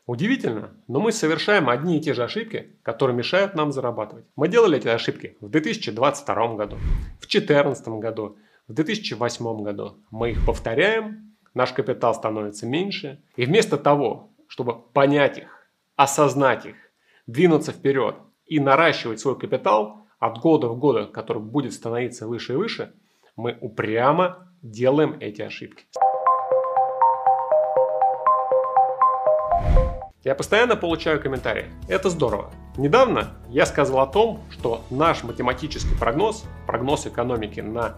Удивительно, но мы совершаем одни и те же ошибки, которые мешают нам зарабатывать. Мы делали эти ошибки в 2022 году, в 2014 году, в 2008 году. Мы их повторяем, наш капитал становится меньше. И вместо того, чтобы понять их, осознать их, двинуться вперед и наращивать свой капитал от года в год, который будет становиться выше и выше, мы упрямо делаем эти ошибки. Я постоянно получаю комментарии. Это здорово. Недавно я сказал о том, что наш математический прогноз, прогноз экономики на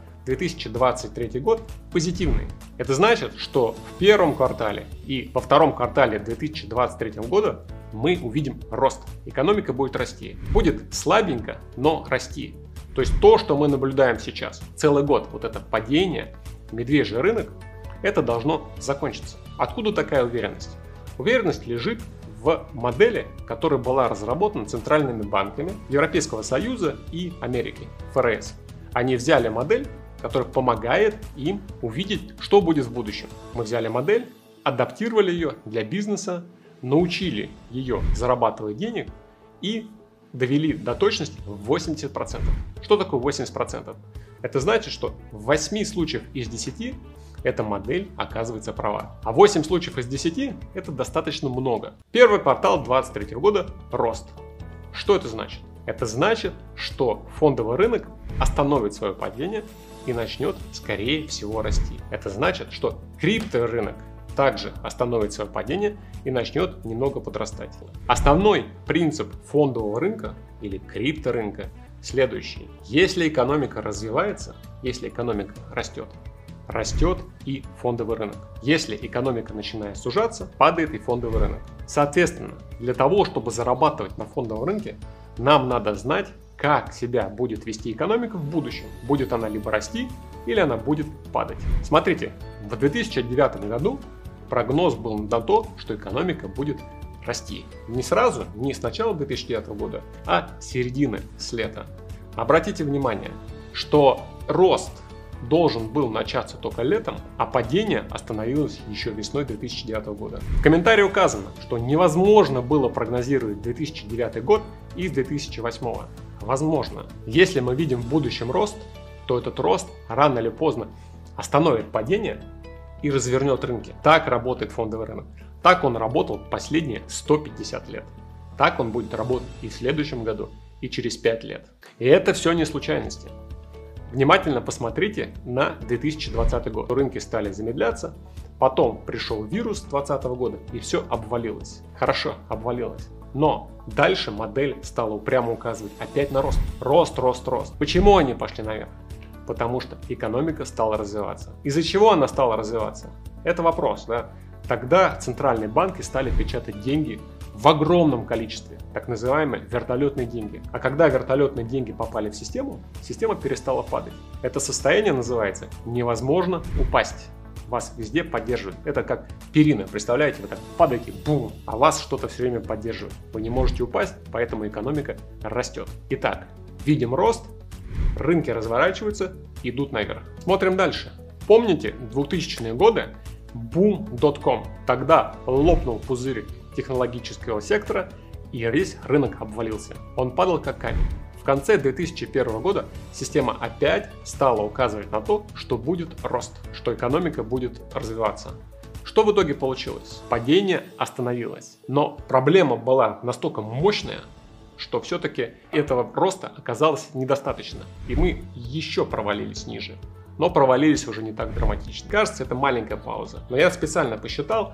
2023 год позитивный. Это значит, что в первом квартале и во втором квартале 2023 года мы увидим рост. Экономика будет расти. Будет слабенько, но расти. То есть то, что мы наблюдаем сейчас, целый год, вот это падение, медвежий рынок, это должно закончиться. Откуда такая уверенность? Уверенность лежит в модели, которая была разработана центральными банками Европейского Союза и Америки, ФРС. Они взяли модель, которая помогает им увидеть, что будет в будущем. Мы взяли модель, адаптировали ее для бизнеса, научили ее зарабатывать денег и довели до точности в 80%. Что такое 80%? Это значит, что в 8 случаях из 10 эта модель оказывается права. А 8 случаев из 10 это достаточно много. Первый квартал 2023 года – рост. Что это значит? Это значит, что фондовый рынок остановит свое падение и начнет, скорее всего, расти. Это значит, что крипторынок также остановит свое падение и начнет немного подрастать. Основной принцип фондового рынка или крипторынка следующий. Если экономика развивается, если экономика растет, растет и фондовый рынок. Если экономика начинает сужаться, падает и фондовый рынок. Соответственно, для того, чтобы зарабатывать на фондовом рынке, нам надо знать, как себя будет вести экономика в будущем. Будет она либо расти, или она будет падать. Смотрите, в 2009 году прогноз был на то, что экономика будет расти. Не сразу, не с начала 2009 года, а с середины, с лета. Обратите внимание, что рост должен был начаться только летом, а падение остановилось еще весной 2009 года. В комментарии указано, что невозможно было прогнозировать 2009 год из 2008. Возможно. Если мы видим в будущем рост, то этот рост рано или поздно остановит падение и развернет рынки. Так работает фондовый рынок. Так он работал последние 150 лет. Так он будет работать и в следующем году, и через 5 лет. И это все не случайности. Внимательно посмотрите на 2020 год. Рынки стали замедляться, потом пришел вирус 2020 года и все обвалилось. Хорошо, обвалилось. Но дальше модель стала упрямо указывать опять на рост. Рост, рост, рост. Почему они пошли наверх? Потому что экономика стала развиваться. Из-за чего она стала развиваться? Это вопрос, да? Тогда центральные банки стали печатать деньги в огромном количестве, так называемые вертолетные деньги. А когда вертолетные деньги попали в систему, система перестала падать. Это состояние называется «невозможно упасть». Вас везде поддерживают. Это как перина. Представляете, вы так падаете, бум, а вас что-то все время поддерживает. Вы не можете упасть, поэтому экономика растет. Итак, видим рост, рынки разворачиваются, идут наверх. Смотрим дальше. Помните 2000-е годы? Boom.com. Тогда лопнул пузырь технологического сектора и весь рынок обвалился. Он падал как камень. В конце 2001 года система опять стала указывать на то, что будет рост, что экономика будет развиваться. Что в итоге получилось? Падение остановилось. Но проблема была настолько мощная, что все-таки этого роста оказалось недостаточно. И мы еще провалились ниже. Но провалились уже не так драматично. Кажется, это маленькая пауза. Но я специально посчитал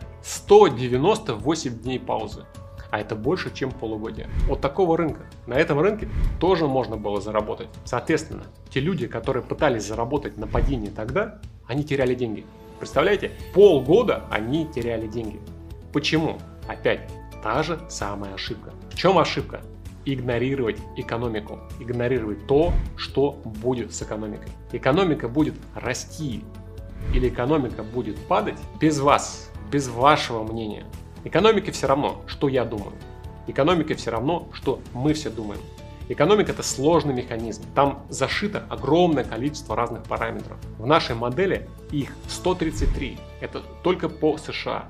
198 дней паузы. А это больше, чем полугодие. Вот такого рынка. На этом рынке тоже можно было заработать. Соответственно, те люди, которые пытались заработать на падении тогда, они теряли деньги. Представляете? Полгода они теряли деньги. Почему? Опять та же самая ошибка. В чем ошибка? Игнорировать экономику, игнорировать то, что будет с экономикой. Экономика будет расти или экономика будет падать без вас, без вашего мнения. Экономике все равно, что я думаю. Экономике все равно, что мы все думаем. Экономика – это сложный механизм. Там зашито огромное количество разных параметров. В нашей модели их 133. Это только по США.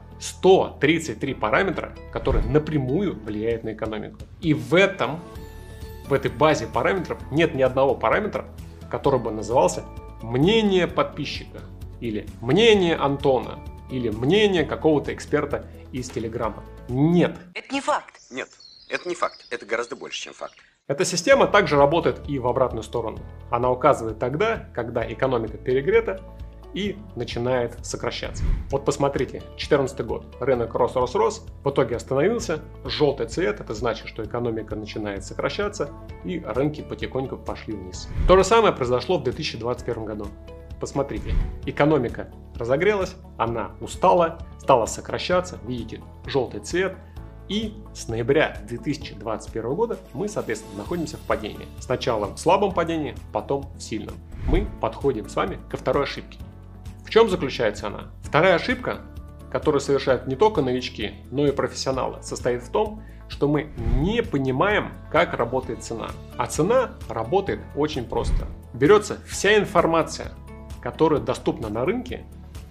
133 параметра, которые напрямую влияют на экономику. И в этой базе параметров нет ни одного параметра, который бы назывался мнение подписчика, или мнение Антона, или мнение какого-то эксперта из Телеграма. Нет. Это не факт. Нет, это не факт. Это гораздо больше, чем факт. Эта система также работает и в обратную сторону. Она указывает тогда, когда экономика перегрета и начинает сокращаться. Вот посмотрите, 2014 год. Рынок рос, в итоге остановился. Желтый цвет – это значит, что экономика начинает сокращаться, и рынки потихоньку пошли вниз. То же самое произошло в 2021 году. Посмотрите, экономика разогрелась, она устала, стала сокращаться, видите, желтый цвет. И с ноября 2021 года мы, соответственно, находимся в падении. Сначала в слабом падении, потом в сильном. Мы подходим с вами ко второй ошибке. В чем заключается она? Вторая ошибка, которую совершают не только новички, но и профессионалы, состоит в том, что мы не понимаем, как работает цена. А цена работает очень просто. Берется вся информация, которая доступна на рынке,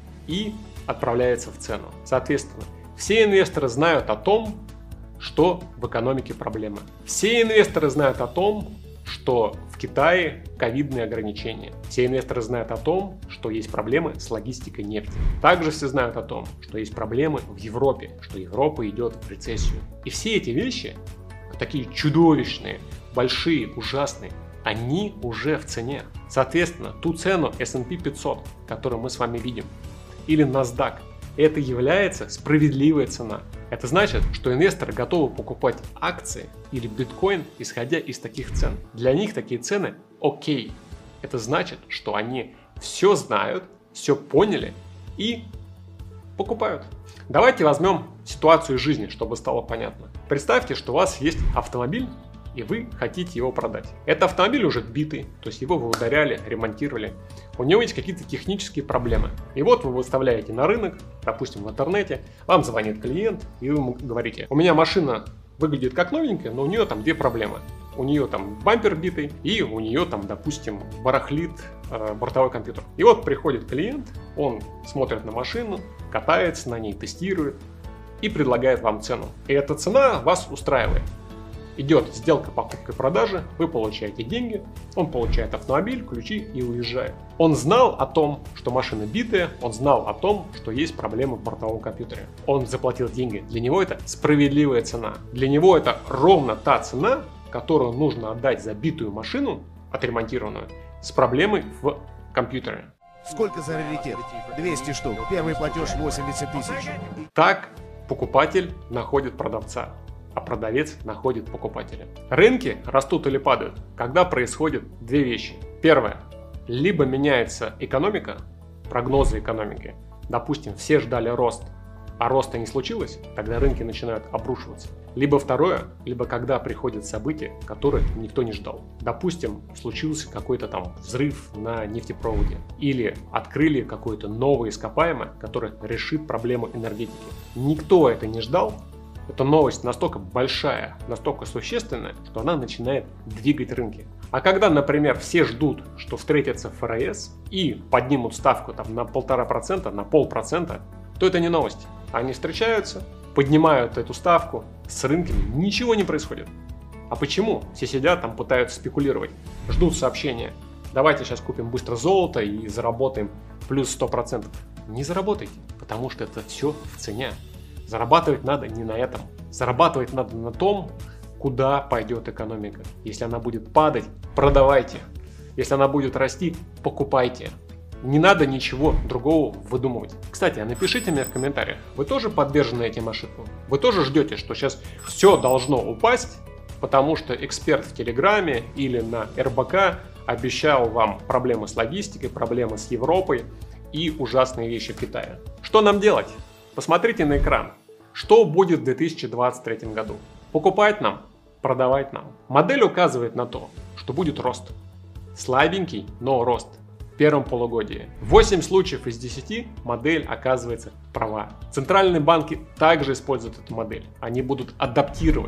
и отправляется в цену. Соответственно, все инвесторы знают о том, что в экономике проблемы. Все инвесторы знают о том, что в Китае ковидные ограничения. Все инвесторы знают о том, что есть проблемы с логистикой нефти. Также все знают о том, что есть проблемы в Европе, что Европа идет в рецессию. И все эти вещи, такие чудовищные, большие, ужасные, они уже в цене. Соответственно, ту цену S&P 500, которую мы с вами видим, или NASDAQ, это является справедливая цена. Это значит, что инвесторы готовы покупать акции или биткоин, исходя из таких цен. Для них такие цены окей. Это значит, что они все знают, все поняли и покупают. Давайте возьмем ситуацию из жизни, чтобы стало понятно. Представьте, что у вас есть автомобиль, и вы хотите его продать. Этот автомобиль уже битый, то есть его вы ударяли, ремонтировали. У него есть какие-то технические проблемы. И вот вы выставляете на рынок, допустим, в интернете, вам звонит клиент, и вы ему говорите: у меня машина выглядит как новенькая, но у нее там две проблемы. У нее там бампер битый, и у нее там, допустим, барахлит бортовой компьютер. И вот приходит клиент, он смотрит на машину, катается на ней, тестирует и предлагает вам цену. И эта цена вас устраивает. Идет сделка покупки-продажи, вы получаете деньги, он получает автомобиль, ключи и уезжает. Он знал о том, что машина битая, он знал о том, что есть проблемы в бортовом компьютере. Он заплатил деньги. Для него это справедливая цена. Для него это ровно та цена, которую нужно отдать за битую машину, отремонтированную, с проблемой в компьютере. Сколько за раритет? 200 штук. Первый платеж 80 тысяч. Так покупатель находит продавца, а продавец находит покупателя. Рынки растут или падают, когда происходят две вещи. Первое. Либо меняется экономика, прогнозы экономики. Допустим, все ждали рост, а роста не случилось, тогда рынки начинают обрушиваться. Либо второе, либо когда приходят события, которые никто не ждал. Допустим, случился какой-то там взрыв на нефтепроводе. Или открыли какое-то новое ископаемое, которое решит проблему энергетики. Никто это не ждал. Эта новость настолько большая, настолько существенная, что она начинает двигать рынки. А когда, например, все ждут, что встретятся ФРС и поднимут ставку там, на 1,5%, на 0,5%, то это не новость. Они встречаются, поднимают эту ставку, с рынками ничего не происходит. А почему? Все сидят там, пытаются спекулировать, ждут сообщения. Давайте сейчас купим быстро золото и заработаем плюс 100%. Не заработайте, потому что это все в цене. Зарабатывать надо не на этом. Зарабатывать надо на том, куда пойдет экономика. Если она будет падать, продавайте. Если она будет расти, покупайте. Не надо ничего другого выдумывать. Кстати, напишите мне в комментариях, вы тоже подвержены этим ошибкам? Вы тоже ждете, что сейчас все должно упасть, потому что эксперт в Телеграме или на РБК обещал вам проблемы с логистикой, проблемы с Европой и ужасные вещи в Китае. Что нам делать? Посмотрите на экран. Что будет в 2023 году? Покупать нам, продавать нам. Модель указывает на то, что будет рост. Слабенький, но рост. В первом полугодии. 8 случаев из 10 модель оказывается права. Центральные банки также используют эту модель. Они будут адаптировать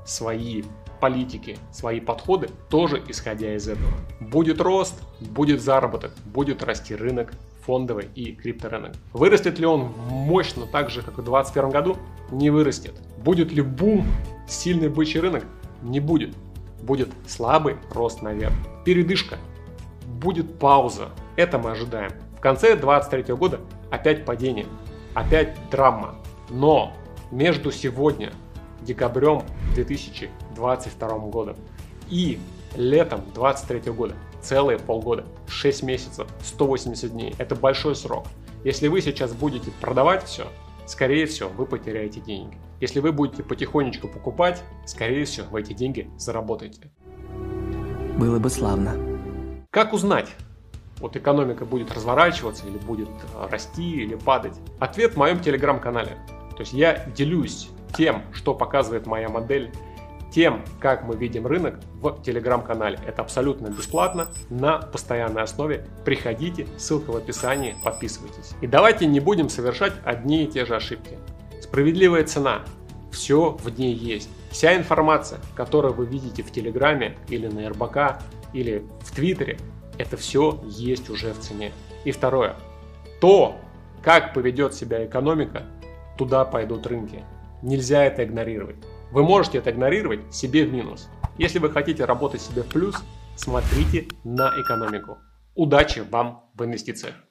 свои политики, свои подходы, тоже исходя из этого. Будет рост, будет заработок, будет расти рынок фондовый и крипторынок. Вырастет ли он мощно так же, как в 2021 году? Не вырастет. Будет ли бум, сильный бычий рынок? Не будет. Будет слабый рост наверх. Передышка. Будет пауза. Это мы ожидаем. В конце 2023 года опять падение. Опять драма. Но между сегодня, декабрем 2022 года и летом 2023 года целые полгода, 6 месяцев, 180 дней. Это большой срок. Если вы сейчас будете продавать все, скорее всего, вы потеряете деньги. Если вы будете потихонечку покупать, скорее всего, вы эти деньги заработаете. Было бы славно. Как узнать, вот экономика будет разворачиваться или будет расти или падать? Ответ в моем телеграм-канале. То есть я делюсь тем, что показывает моя модель, тем, как мы видим рынок в телеграм-канале. Это абсолютно бесплатно, на постоянной основе. Приходите, ссылка в описании, подписывайтесь. И давайте не будем совершать одни и те же ошибки. Справедливая цена. Все в ней есть. Вся информация, которую вы видите в Телеграме или на РБК или в Твиттере, это все есть уже в цене. И второе. То, как поведет себя экономика, туда пойдут рынки. Нельзя это игнорировать. Вы можете это игнорировать себе в минус. Если вы хотите работать себе в плюс, смотрите на экономику. Удачи вам в инвестициях!